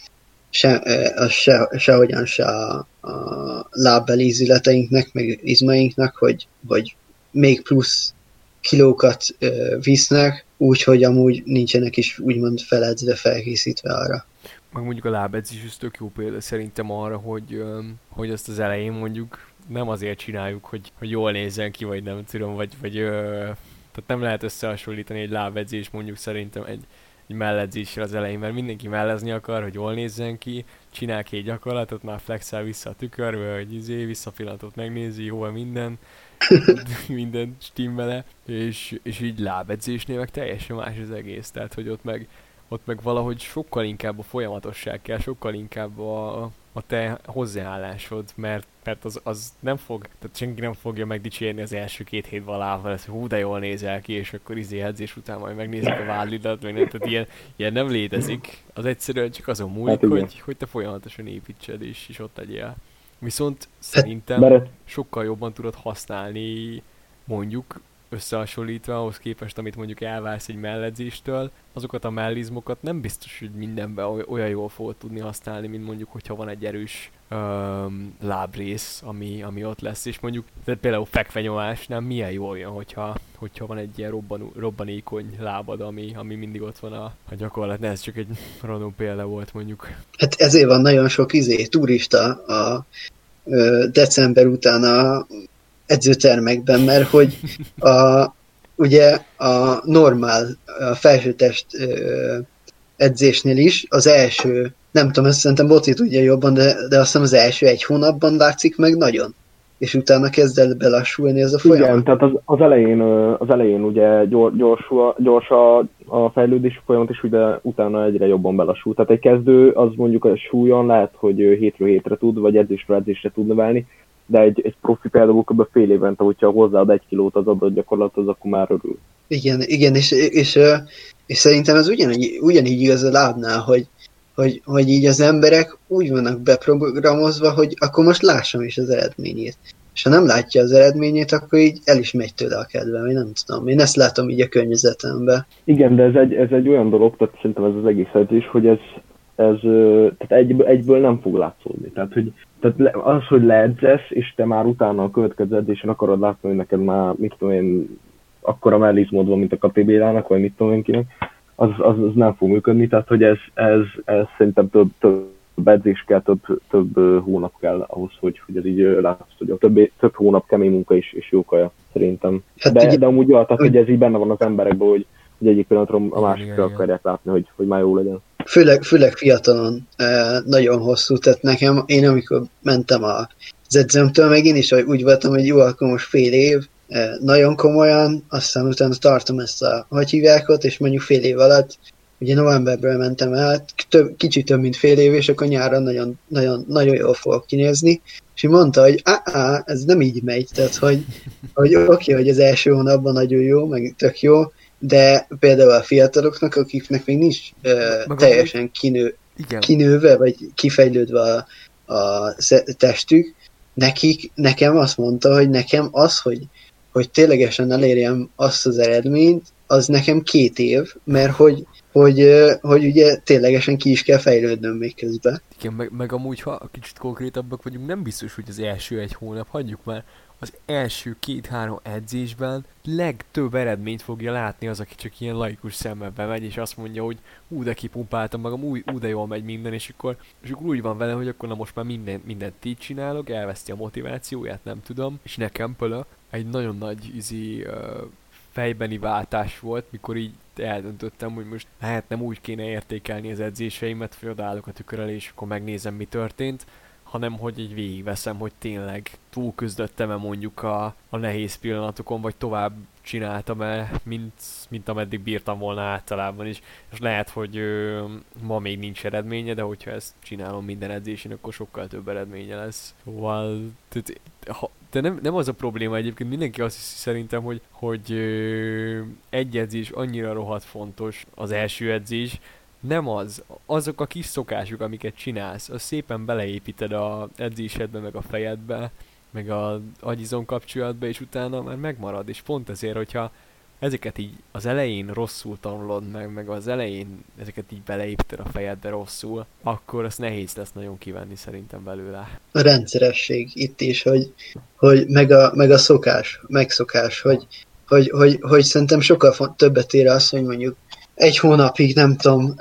Sehogyan se a lábbeli ízületeinknek, meg izmainknak, hogy még plusz kilókat visznek, úgyhogy amúgy nincsenek is úgymond feledzve, felkészítve arra. Meg mondjuk a lábedzés is tök jó példa szerintem arra, hogy azt az elején mondjuk nem azért csináljuk, hogy jól nézzen ki, vagy nem tudom, vagy tehát nem lehet összehasonlítani egy lábedzés mondjuk szerintem egy melledzéssel az elején, mert mindenki mellezni akar, hogy jól nézzen ki, csinál két gyakorlatot, már flexel vissza a tükörbe, hogy visszapillantot megnézi, jó minden stimmele, és így lábedzésnél meg teljesen más az egész, tehát hogy ott meg valahogy sokkal inkább a folyamatosság kell, sokkal inkább a te hozzáállásod, mert az nem fog, tehát senki nem fogja megdicsérni az első 2 hétben a lábbal, hogy hú, de jól nézel ki, és akkor edzés után majd megnézik a válidat, meg nem, tehát ilyen nem létezik. Az egyszerűen csak azon múlik, hogy te folyamatosan építsed, és ott legyél. Viszont szerintem sokkal jobban tudod használni, mondjuk összehasonlítva ahhoz képest, amit mondjuk elvársz egy melledzéstől, azokat a mellizmokat nem biztos, hogy mindenben olyan jól fogod tudni használni, mint mondjuk, hogyha van egy erős lábrész, ami ott lesz, és mondjuk például fekvenyomásnál milyen jól jön, hogyha van egy ilyen robbanékony lábad, ami mindig ott van a gyakorlatnál. Ez csak egy random példa volt mondjuk. Hát ezért van nagyon sok turista a december után a edzőtermekben, mert hogy ugye a normál a felsőtest edzésnél is az első, nem tudom, ezt szerintem Boci tudja jobban, de azt hiszem az első 1 hónapban látszik meg nagyon. És utána kezd el belassulni ez a folyamat. Igen, tehát az elején ugye gyors a fejlődési folyamat, és ugye utána egyre jobban belassul. Tehát egy kezdő az mondjuk a súlyon lehet, hogy hétről hétre tud, vagy edzésről edzésre tud növelni, de egy profi például kb. Fél évente, hogyha hozzáad 1 kilót az adott gyakorlathoz, akkor már örül. Igen, és szerintem ez ugyanígy igaz a lábnál, hogy így az emberek úgy vannak beprogramozva, hogy akkor most lássam is az eredményét. És ha nem látja az eredményét, akkor így el is megy tőle a kedvem, én nem tudom. Én ezt látom így a környezetemben. Igen, de ez egy olyan dolog, tehát szerintem ez az egész edzés, hogy ez tehát egyből nem fog látszódni. Tehát az, hogy leedzesz, és te már utána a következő edzésen akarod látni, hogy neked már, mit tudom én, akkora mellizmod van, mint a Kati Bélának, vagy mit tudom én kinek, az nem fog működni, tehát hogy ez szerintem több edzés kell, több hónap kell ahhoz, hogy ez így látszódjon. Több hónap kemény munka és jó kaja, szerintem. De amúgy jó, tehát hogy ez így benne van az emberekben, hogy egyik pillanatról a másikra akarják látni, hogy már jó legyen. Főleg fiatalon nagyon hosszú, tehát nekem, én amikor mentem az edzőmtől, meg én is úgy voltam, hogy jó, akkor most fél év, nagyon komolyan, aztán utána tartom ezt a hogy hívják ott, és mondjuk fél év alatt ugye novemberből mentem el, kicsit több mint fél év, és akkor nyáron nagyon, nagyon, nagyon jól fogok kinézni, és így mondta, hogy ez nem így megy, tehát hogy oké, hogy az első hónapban nagyon jó, meg tök jó, de például a fiataloknak, akiknek még nincs teljesen kinőve, vagy kifejlődve a testük, nekem azt mondta, hogy nekem az, hogy ténylegesen elérjem azt az eredményt, az nekem 2 év, mert hogy ugye ténylegesen ki is kell fejlődnöm még közben. Igen, meg amúgy, ha kicsit konkrétabbak vagyunk, nem biztos, hogy az első 1 hónap, hagyjuk már, az első 2-3 edzésben legtöbb eredményt fogja látni az, aki csak ilyen laikus szemmel bemegy, és azt mondja, hogy de kipumpáltam magam, de jól megy minden, és akkor úgy van vele, hogy akkor na most már mindent így csinálok, elveszti a motivációját, nem tudom, és nekem például egy nagyon nagy fejbeni váltás volt, mikor így eldöntöttem, hogy most hát nem úgy kéne értékelni az edzéseimet, hogy odaállok a tükör elé, és akkor megnézem, mi történt, hanem hogy így végigveszem, hogy tényleg túlküzdöttem-e mondjuk a nehéz pillanatokon, vagy tovább csináltam-e, mint ameddig bírtam volna általában is. És lehet, hogy ma még nincs eredménye, de hogyha ezt csinálom minden edzésén, akkor sokkal több eredménye lesz. Szóval, de nem az a probléma egyébként, mindenki azt hiszi szerintem, hogy egy edzés annyira rohadt fontos, az első edzés, nem azok a kis szokások, amiket csinálsz, az szépen beleépíted az edzésedbe, meg a fejedbe, meg az agyizom kapcsolatba, és utána már megmarad, és pont ezért, hogyha ezeket így az elején rosszul tanulod meg az elején ezeket így beleépíted a fejedbe rosszul, akkor az nehéz lesz nagyon kivenni szerintem belőle. A rendszeresség itt is, hogy meg a megszokás, hogy szerintem sokkal többet ér az, hogy mondjuk 1 hónapig, nem tudom,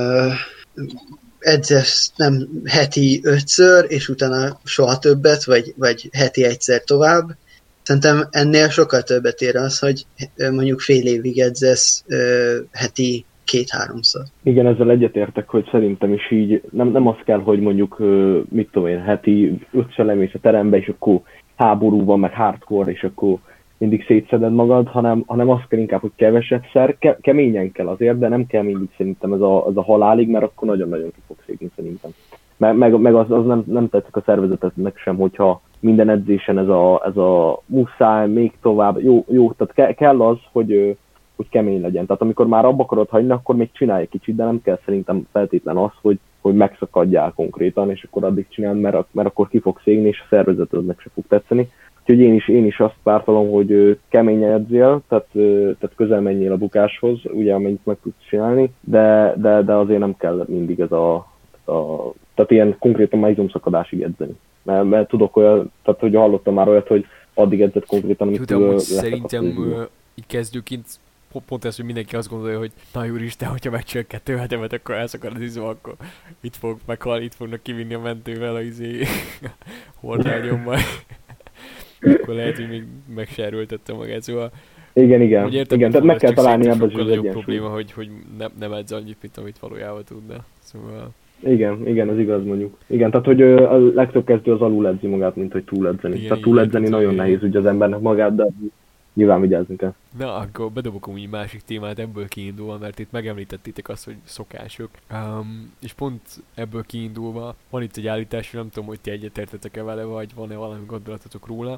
edzesz nem heti 5-ször, és utána soha többet, vagy heti 1-szer tovább. Szerintem ennél sokkal többet ér az, hogy mondjuk fél évig edzesz heti 2-3-szor. Igen, ezzel egyetértek, hogy szerintem is így nem az kell, hogy mondjuk, mit tudom én, heti 5-szer lemész a terembe, és akkor háború van, meg hardcore, és akkor mindig szétszeded magad, hanem az kell inkább, hogy kevesedszer, keményen kell azért, de nem kell mindig szerintem ez a halálig, mert akkor nagyon-nagyon ki fog szégni szerintem. Meg az nem tetszik a szervezetetnek sem, hogyha minden edzésen ez a muszáj, még tovább, jó, tehát kell az, hogy kemény legyen. Tehát amikor már abba akarod hagyni, akkor még csinálj egy kicsit, de nem kell szerintem feltétlen az, hogy megszakadjál konkrétan, és akkor addig csinálj, mert akkor ki fog szégni, és a szervezetednek se fog tetszeni. Úgyhogy én is azt pártolom, hogy keményen edzél, tehát közel menjél a bukáshoz, ugye amennyit meg tudsz csinálni, de azért nem kell mindig ez tehát ilyen konkrétan már izomszakadásig edzeni. Mert tudok olyan, tehát hogy hallottam már olyat, hogy addig edzett konkrétan, amit szerintem így kezdőként pont ez, hogy mindenki azt gondolja, hogy na úristen, hogyha megcsinálok 2 hetemet, akkor elszakad az izom, akkor itt fog meghalni, itt fognak kivinni a mentővel a hordágyommal. Akkor lehet, hogy még megsérültette magát, szóval... Igen, tehát meg kell találni ebben az egyensúlyt. Probléma, hogy nem edz annyit, mint amit valójában tudna, szóval... Igen, az igaz mondjuk. Igen, tehát hogy a legtöbb kezdő az alul edzi magát, mint hogy túl edzeni. Tehát túl edzeni nagyon nehéz ugye az embernek magát, de nyilván vigyázni kell. Na, akkor bedobok úgy másik témát ebből kiindulva, mert itt megemlítettétek azt, hogy szokások. És pont ebből kiindulva van itt egy állítás, nem tudom, hogy ti egyetértetek-e vele, vagy van-e valami gondolatotok róla.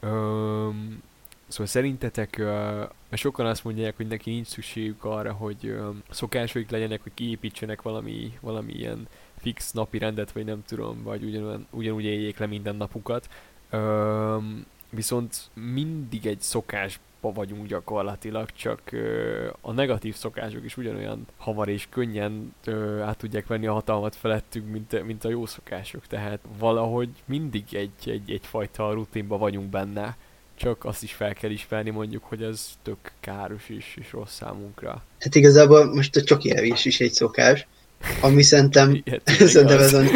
Szóval szerintetek, mert sokan azt mondják, hogy neki nincs szükségük arra, hogy szokásaik legyenek, hogy kiépítsenek valami ilyen fix napi rendet, vagy nem tudom, vagy ugyanúgy éljék le minden napukat. Viszont mindig egy szokásba vagyunk gyakorlatilag, csak a negatív szokások is ugyanolyan hamar és könnyen át tudják venni a hatalmat felettünk, mint a jó szokások. Tehát valahogy mindig egyfajta rutinba vagyunk benne, csak azt is fel kell ismerni mondjuk, hogy ez tök káros és rossz számunkra. Hát igazából most a csoki evés is egy szokás, ami szerintem ez a...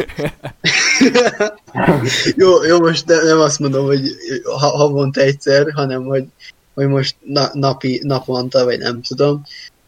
jó, most nem azt mondom, hogy havonta egyszer, hanem hogy most naponta, vagy nem tudom.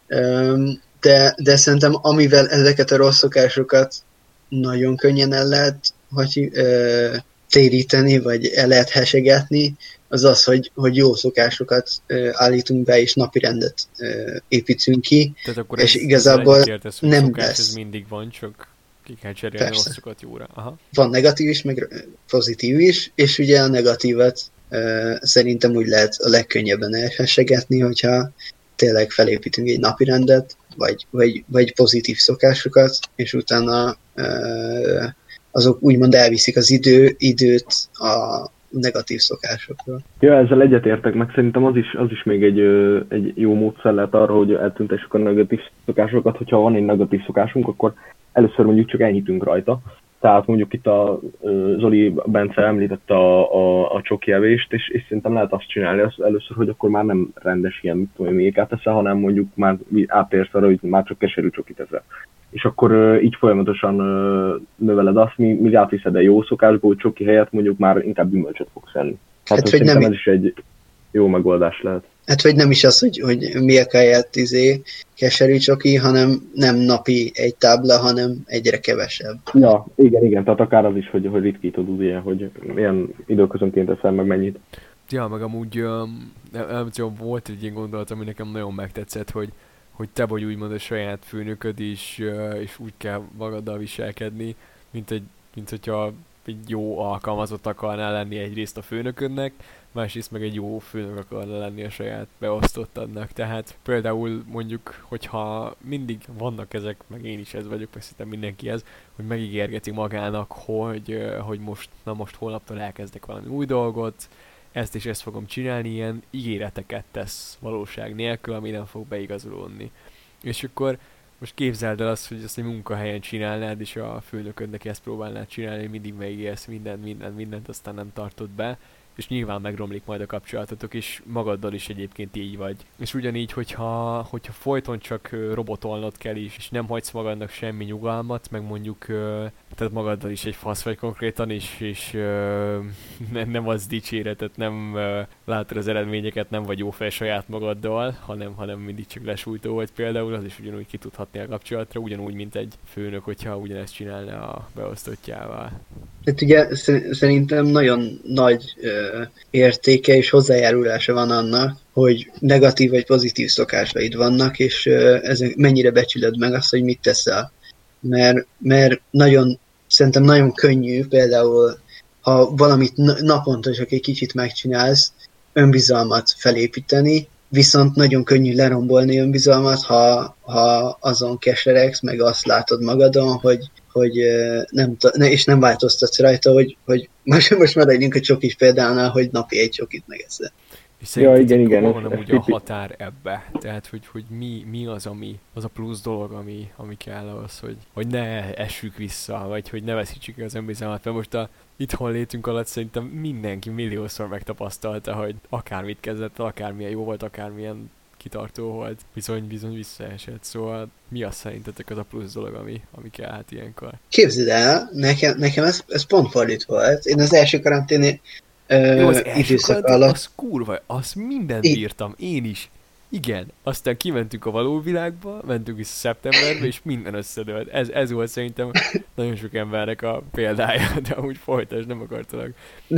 De szerintem amivel ezeket a rossz szokásokat nagyon könnyen el lehet téríteni, vagy el lehet hesegetni, az az, hogy jó szokásokat állítunk be, és napirendet építünk ki, Tehát akkor és ez igazából egyetértesz, hogy nem szokás, lesz. ez mindig van, csak ki kell cserélni Persze. rosszokat jóra. Aha. Van negatív is, meg pozitív is, és ugye a negatívat szerintem úgy lehet a legkönnyebben elhessegetni, hogyha tényleg felépítünk egy napirendet, vagy pozitív szokásokat, és utána azok úgymond elviszik az időt a negatív szokásokról. Ja, ezzel egyetértek, meg szerintem az is még egy jó módszer lehet arra, hogy eltüntessük a negatív szokásokat. Hogyha van egy negatív szokásunk, akkor először mondjuk csak elhitünk rajta. Tehát mondjuk itt a Zoli Bence említette a csoki evést, és szerintem lehet azt csinálni először, hogy akkor már nem rendes ilyen, mit tudom, mékát eszel, hanem mondjuk már átérsz arra, hogy már csak keserű csokit eszel. És akkor így folyamatosan növeled azt, míg átviszed a jó szokásból, hogy csoki helyett mondjuk már inkább gyümölcsöt fogsz enni. Hát szerintem nem... ez is egy jó megoldás lehet. Hát, hogy nem is az, hogy miek helyett keserű csoki, hanem nem napi egy tábla, hanem egyre kevesebb. Ja, igen, tehát akár az is, hogy ritkítod ilyen, hogy milyen időközönként eszel meg mennyit. Ja, meg amúgy nem tudom, volt egy ilyen gondolat, ami nekem nagyon megtetszett, hogy te vagy úgymond a saját főnököd is, és úgy kell magaddal viselkedni, mint hogyha egy jó alkalmazott akarnál lenni egyrészt a főnöködnek, másrészt meg egy jó főnök akarna lenni a saját beosztottadnak. Tehát például mondjuk, hogyha mindig vannak ezek, meg én is ez vagyok, meg szerintem mindenki ez, hogy megígérgeti magának, hogy most holnaptól elkezdek valami új dolgot, ezt és ezt fogom csinálni, ilyen ígéreteket tesz valóság nélkül, ami nem fog beigazolódni. És akkor most képzeld el azt, hogy ezt egy munkahelyen csinálnád, és a főnöködnek ezt próbálnád csinálni, mindig megígérsz mindent, aztán nem tartod be, és nyilván megromlik majd a kapcsolatotok, és magaddal is egyébként így vagy. És ugyanígy, hogyha folyton csak robotolnod kell is, és nem hagysz magadnak semmi nyugalmat, meg mondjuk tehát magaddal is egy fasz vagy konkrétan, és nem az dicséretet, nem látod az eredményeket, nem vagy jó fel saját magaddal, hanem mindig csak lesújtó vagy például, az is ugyanúgy ki tudhatni a kapcsolatra, ugyanúgy, mint egy főnök, hogyha ugyanezt csinálna a beosztottjával. Hát ugye szerintem nagyon nagy értéke és hozzájárulása van annak, hogy negatív vagy pozitív szokásaid vannak, és ezek mennyire becsülöd meg azt, hogy mit teszel. Mert szerintem nagyon könnyű, például ha valamit naponta csak egy kicsit megcsinálsz, önbizalmat felépíteni, viszont nagyon könnyű lerombolni önbizalmat, ha azon keseregsz, meg azt látod magadon, hogy és nem változtatsz rajta, hogy most maradjunk a csokis példánál, hogy napi egy csokit megeszel. És szerintetek igen, hol van amúgy a határ ebbe? Tehát, hogy mi az, az a plusz dolog, ami kell ahhoz, hogy ne essük vissza, vagy hogy ne veszítsük az önbizalmat. Mert most itthon létünk alatt szerintem mindenki milliószor megtapasztalta, hogy akármit kezdett, akármilyen jó volt, akármilyen kitartó volt, bizony visszaesett. Szóval mi az szerintetek az a plusz dolog, ami kell hát ilyenkor? Képzeld el, nekem ez pont fordítva volt. Én az első karanténi időszak alatt... Az kurva, azt mindent bírtam, én is. Igen, aztán kimentünk a való világba, mentünk vissza szeptemberbe, és minden összedőlt. Ez volt szerintem nagyon sok embernek a példája, de amúgy folytasd, nem akartalak.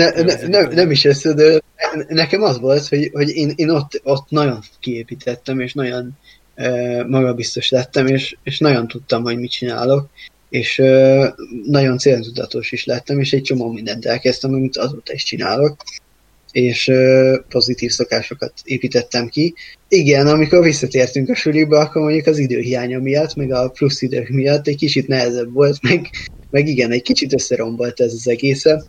Nem is összedőlt. Nekem az volt, hogy én ott nagyon kiépítettem, és nagyon magabiztos lettem, és nagyon tudtam, hogy mit csinálok, és nagyon céltudatos is lettem, és egy csomó mindent elkezdtem, amit azóta is csinálok, és pozitív szokásokat építettem ki. Igen, amikor visszatértünk a suliba, akkor mondjuk az időhiánya miatt, meg a plusz idők miatt egy kicsit nehezebb volt, meg igen, egy kicsit összerombolt ez az egészet.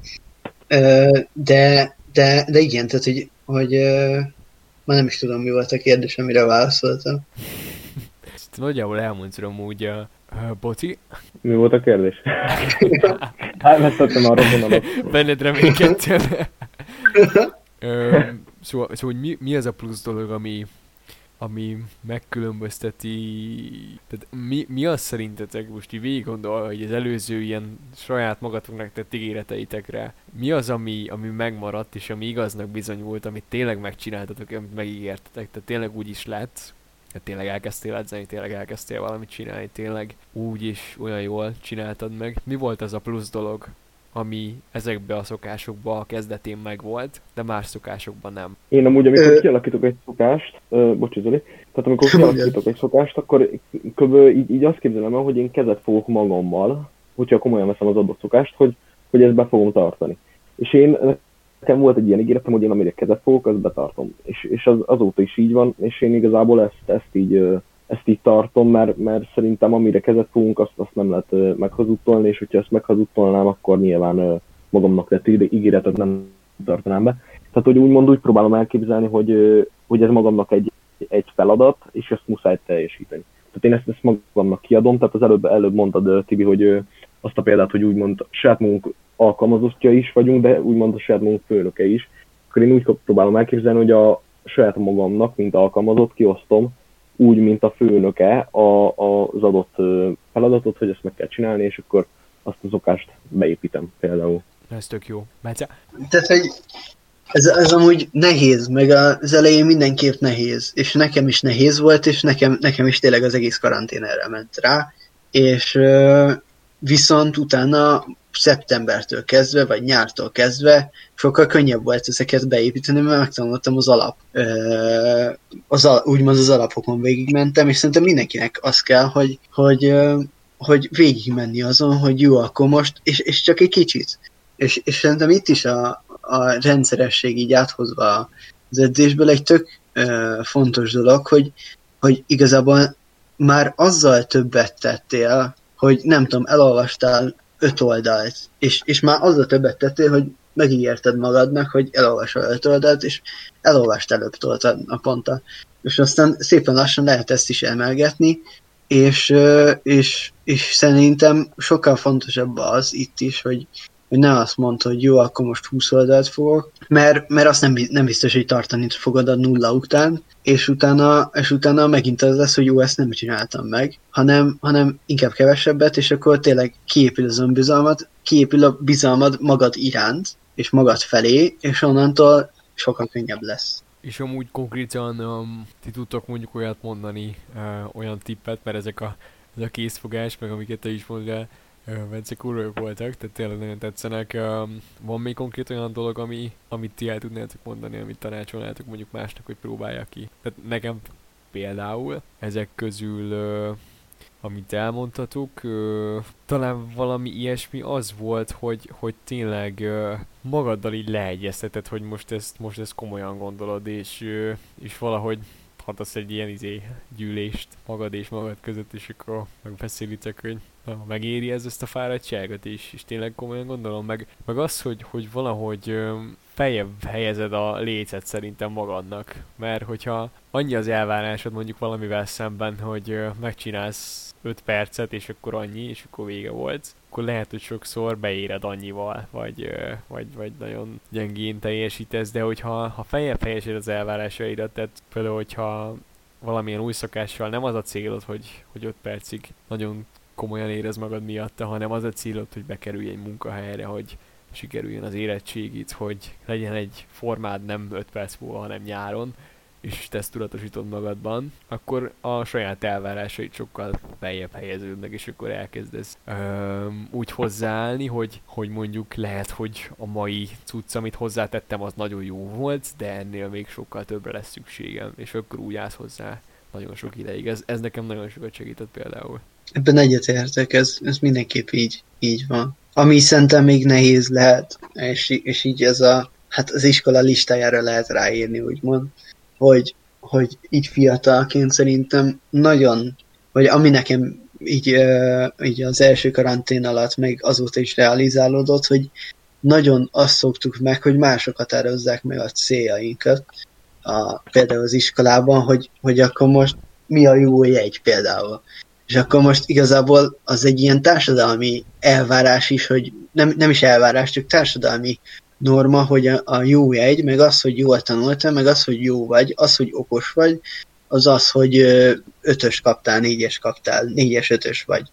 De igen, tehát hogy már nem is tudom, mi volt a kérdés, amire válaszoltam. Ezt nagyjából elmondtam amúgy Boci. Mi volt a kérdés? Elvesztettem arra vonalat. Benned reménykedtem. Szóval hogy mi az a plusz dolog, ami megkülönbözteti, tehát mi az szerintetek, most így végig gondolva, hogy az előző ilyen saját magatoknak tett ígéreteitekre, mi az, ami megmaradt, és ami igaznak bizonyult, amit tényleg megcsináltatok, amit megígértetek, tehát tényleg úgy is lett, tehát tényleg elkezdtél edzeni, tényleg elkezdtél valamit csinálni, tényleg úgy is olyan jól csináltad meg. Mi volt az a plusz dolog, ami ezekbe a szokásokba a kezdetén megvolt, de más szokásokban nem? Én amúgy, amikor kialakítok egy szokást, bocsi Zoli, tehát amikor kialakítok egy szokást, akkor kb. Így azt képzelem el, hogy én kezet fogok magammal, hogyha komolyan veszem az adott szokást, hogy ezt be fogom tartani. És nekem volt egy ilyen ígéretem, hogy én amire kezet fogok, azt betartom. És azóta is így van, és én igazából ezt így tartom, mert szerintem amire kezet fogunk, azt nem lehet meghazudtolni, és hogyha ezt meghazudtolnám, akkor nyilván magamnak lett ígéretet nem tartanám be. Tehát, hogy úgymond úgy próbálom elképzelni, hogy ez magamnak egy feladat, és ezt muszáj teljesíteni. Tehát én ezt magamnak kiadom, tehát az előbb mondtad, Tibi, hogy azt a példát, hogy úgymond saját magunk alkalmazottja is vagyunk, de úgymond a saját magunk főnöke is. Akkor én úgy próbálom elképzelni, hogy a saját magamnak, mint alkalmazott, kiosztom úgy, mint a főnöke az adott feladatot, hogy ezt meg kell csinálni, és akkor azt a szokást beépítem például. Ez tök jó. Bence? Tehát, hogy ez amúgy nehéz, meg az elején mindenképp nehéz, és nekem is nehéz volt, és nekem is tényleg az egész karantén erre ment rá, és viszont utána szeptembertől kezdve, vagy nyártól kezdve sokkal könnyebb volt ezeket beépíteni, mert megtanultam úgymond az alapokon végigmentem, és szerintem mindenkinek az kell, hogy végigmenni azon, hogy jó, akkor most, és csak egy kicsit. És szerintem itt is a rendszeresség így áthozva az edzésből egy tök fontos dolog, hogy igazából már azzal többet tettél, hogy nem tudom, elolvastál 5 oldalt, és már azzal többet tettél, hogy megígérted magadnak, hogy elolvasol 5 oldalt, és elolvastál 5 oldalt naponta. És aztán szépen lassan lehet ezt is emelgetni, és szerintem sokkal fontosabb az itt is, hogy ne azt mondta, hogy jó, akkor most 20 oldalt fogok, mert azt nem biztos, hogy tartani fogod a 0 után, és utána megint az lesz, hogy jó, ezt nem csináltam meg, hanem inkább kevesebbet, és akkor tényleg kiépül az önbizalmad, kiépül a bizalmad magad iránt, és magad felé, és onnantól sokkal könnyebb lesz. És amúgy konkrétan ti tudtok mondjuk olyat mondani, olyan tippet, mert ez a készfogás, meg amiket te is mondtál, Bence, kurva jók voltak, tehát tényleg nagyon tetszenek. Van még konkrét olyan dolog, amit ti el tudnátok mondani, amit tanácsolnátok mondjuk másnak, hogy próbálja ki? Tehát nekem például ezek közül, amit elmondtatok, talán valami ilyesmi az volt, hogy tényleg magaddal így leegyezteted, hogy most ezt komolyan gondolod, és valahogy hatasz egy ilyen gyűlést magad és magad között, és akkor megbeszélitek, hogy megéri ezt a fáradtságot, és tényleg komolyan gondolom, meg az, hogy valahogy feljebb helyezed a lécet szerintem magadnak, mert hogyha annyi az elvárásod mondjuk valamivel szemben, hogy megcsinálsz 5 percet, és akkor annyi, és akkor vége volt, akkor lehet, hogy sokszor beéred annyival, vagy nagyon gyengén teljesítesz, de hogyha feljebb helyezed az elvárásaidat, tehát például, hogyha valamilyen új szokással nem az a célod, hogy 5 percig nagyon komolyan érez magad miatta, hanem az a célod, hogy bekerülj egy munkahelyre, hogy sikerüljön az érettségit, hogy legyen egy formád nem 5 perc múlva, hanem nyáron, és te ezt tudatosítod magadban, akkor a saját elvárásaid sokkal feljebb helyeződnek, és akkor elkezdesz úgy hozzáállni, hogy mondjuk lehet, hogy a mai cucc, amit hozzátettem, az nagyon jó volt, de ennél még sokkal többre lesz szükségem, és akkor úgy állsz hozzá nagyon sok ideig. Ez nekem nagyon sokat segített például. Ebben egyetértek, ez mindenképp így van. Ami szerintem még nehéz lehet, és így ez az iskola listájára lehet ráírni, úgymond, hogy így fiatalként szerintem nagyon, vagy ami nekem így az első karantén alatt, meg azóta is realizálódott, hogy nagyon azt szoktuk meg, hogy mások határozzák meg a céljainkat, például az iskolában, hogy akkor most mi a jó jegy például. És akkor most igazából az egy ilyen társadalmi elvárás is, hogy nem is elvárás, csak társadalmi norma, hogy a jó jegy, meg az, hogy jól tanultál, meg az, hogy jó vagy, az, hogy okos vagy, az, hogy 5-ös kaptál, 4-es kaptál, 4-es 5-ös vagy.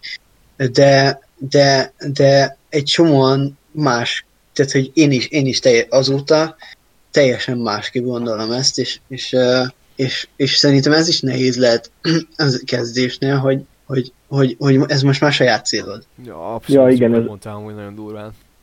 De egy csomóan más, tehát hogy én is azóta teljesen másképp gondolom ezt, és szerintem ez is nehéz lehet az kezdésnél, hogy ez most már saját célod. Ja, abszolút, igen, ez mondtál, hogy nagyon durván.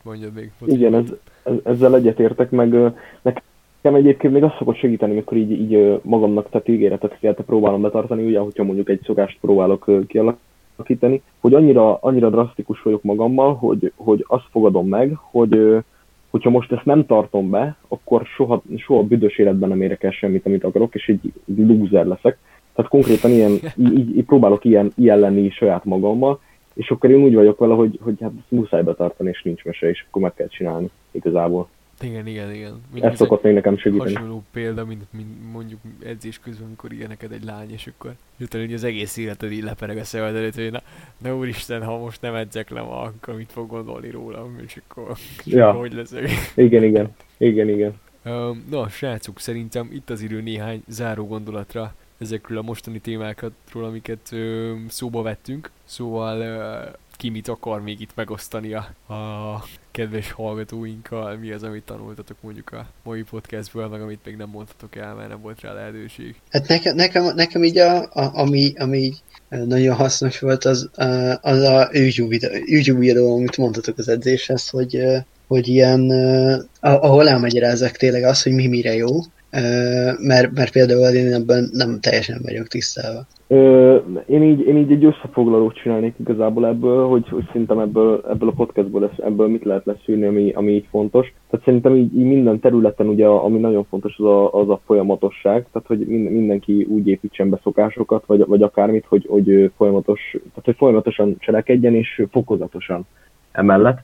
mondjad még. Igen, ezzel egyetértek, meg nekem egyébként még azt szokott segíteni, amikor így magamnak tett ígéretet próbálom betartani, ugye, hogyha mondjuk egy szokást próbálok kialakítani, hogy annyira drasztikus vagyok magammal, hogy azt fogadom meg, hogyha most ezt nem tartom be, akkor soha büdös életben nem érek el semmit, amit akarok, és egy loser leszek. Tehát konkrétan így próbálok ilyen lenni saját magammal, és akkor én úgy vagyok vele, hogy hát muszáj betartani, és nincs mese, és akkor meg kell csinálni igazából. Igen. Ez szokott még nekem segíteni. Hasonló példa, mint mondjuk edzés közben, amikor ilyen neked egy lány, és akkor utána hogy az egész életed így lepereg a szemed előtt, hogy na úristen, ha most nem edzek le ma, akkor mit fog gondolni rólam, és akkor hogy leszek. Igen. Na, srácok, szerintem itt az idő néhány záró gondolatra ezekről a mostani témákról, amiket szóba vettünk. Szóval ki mit akar még itt megosztani a kedves hallgatóinkkal, mi az, amit tanultatok mondjuk a mai podcastből, meg amit még nem mondhatok el, mert nem volt rá lehetőség. Hát nekem így ami nagyon hasznos volt, az a YouTube videó, amit mondhatok az edzéshez, hogy ilyen, ahol elmagyarázzak tényleg azt, hogy mi mire jó, mert például én ebben nem teljesen vagyok tisztában. Én így egy összefoglalót csinálnék igazából ebből, hogy szerintem ebből a podcastból ebből mit lehet leszűrni, ami így fontos. Tehát szerintem így minden területen ugye, ami nagyon fontos, az a folyamatosság, tehát hogy mindenki úgy építsen be szokásokat, vagy akármit, hogy folyamatosan cselekedjen, és fokozatosan emellett.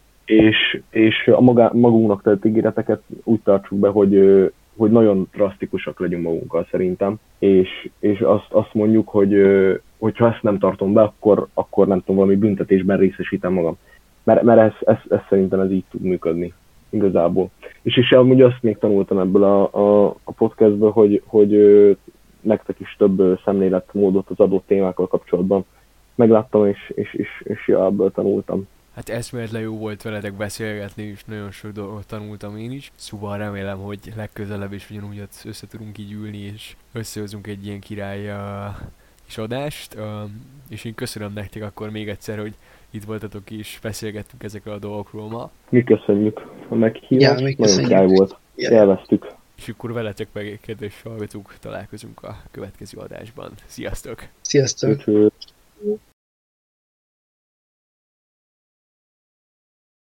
És a magunknak tett ígéreteket úgy tartsuk be, hogy nagyon drasztikusak legyünk magunkkal szerintem, és azt mondjuk, hogy ha ezt nem tartom be, akkor nem tudom, valami büntetésben részesítem magam. Mert ez szerintem ez így tud működni igazából. És amúgy azt még tanultam ebből a podcastből, hogy nektek is több szemléletmódot az adott témákkal kapcsolatban megláttam, és ebből tanultam. Hát eszméletlen jó volt veletek beszélgetni, és nagyon sok dolgot tanultam én is. Szóval remélem, hogy legközelebb is ugyanúgy össze tudunk így ülni, és összehozunk egy ilyen király is adást. És én köszönöm nektek akkor még egyszer, hogy itt voltatok és beszélgettünk ezekről a dolgokról ma. Mi köszönjük a meghívást, nagyon király volt. Élveztük. És akkor veletek meg, kedves hallgatók, találkozunk a következő adásban. Sziasztok! Sziasztok! Köszönjük.